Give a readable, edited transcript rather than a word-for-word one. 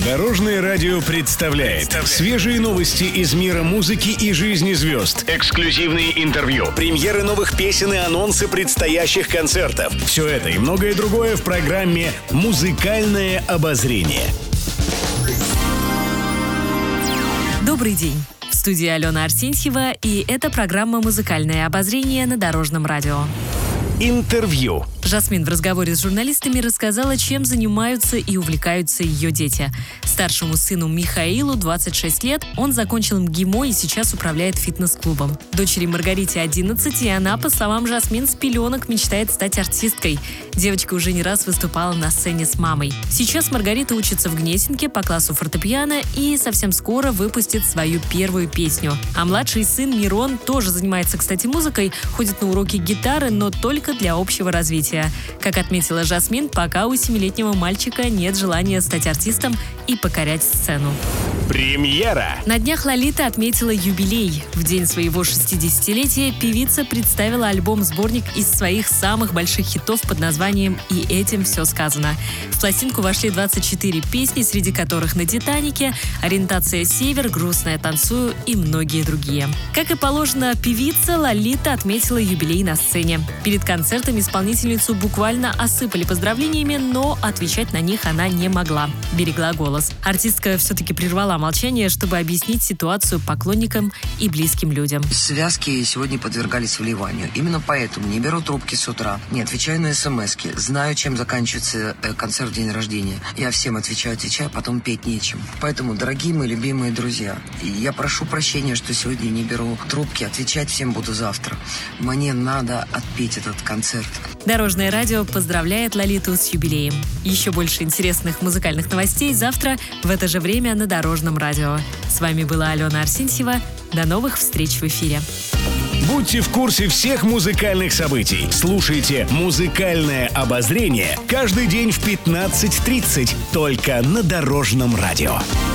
Дорожное радио представляет свежие новости из мира музыки и жизни звезд. Эксклюзивные интервью, премьеры новых песен и анонсы предстоящих концертов. Все это и многое другое в программе «Музыкальное обозрение». Добрый день. В студии Алена Арсентьева, и это программа «Музыкальное обозрение» на Дорожном радио. Интервью. Жасмин в разговоре с журналистами рассказала, чем занимаются и увлекаются ее дети. Старшему сыну Михаилу 26 лет, он закончил МГИМО и сейчас управляет фитнес-клубом. Дочери Маргарите 11, и она, по словам Жасмин, с пеленок мечтает стать артисткой. Девочка уже не раз выступала на сцене с мамой. Сейчас Маргарита учится в Гнесинке по классу фортепиано и совсем скоро выпустит свою первую песню. А младший сын Мирон тоже занимается, кстати, музыкой, ходит на уроки гитары, но только для общего развития. Как отметила Жасмин, пока у 7-летнего мальчика нет желания стать артистом и покорять сцену. Премьера. На днях Лолита отметила юбилей. В день своего 60-летия певица представила альбом-сборник из своих самых больших хитов под названием «И этим все сказано». В пластинку вошли 24 песни, среди которых «На Титанике», «Ориентация Север», «Грустная танцую» и многие другие. Как и положено певице, Лолита отметила юбилей на сцене. Перед концертом исполнительницу буквально осыпали поздравлениями, но отвечать на них она не могла. Берегла голос. Артистка все-таки прервала молчание, чтобы объяснить ситуацию поклонникам и близким людям. Связки сегодня подвергались вливанию. Именно поэтому не беру трубки с утра, не отвечаю на смски, знаю, чем заканчивается концерт в день рождения. Я всем отвечаю, потом петь нечем. Поэтому, дорогие мои любимые друзья, я прошу прощения, что сегодня не беру трубки, отвечать всем буду завтра. Мне надо отпеть этот концерт. Дорожное радио поздравляет Лолиту с юбилеем. Еще больше интересных музыкальных новостей завтра в это же время на Дорожном радио. С вами была Алена Арсентьева. До новых встреч в эфире. Будьте в курсе всех музыкальных событий. Слушайте «Музыкальное обозрение» каждый день в 15:30 только на Дорожном радио.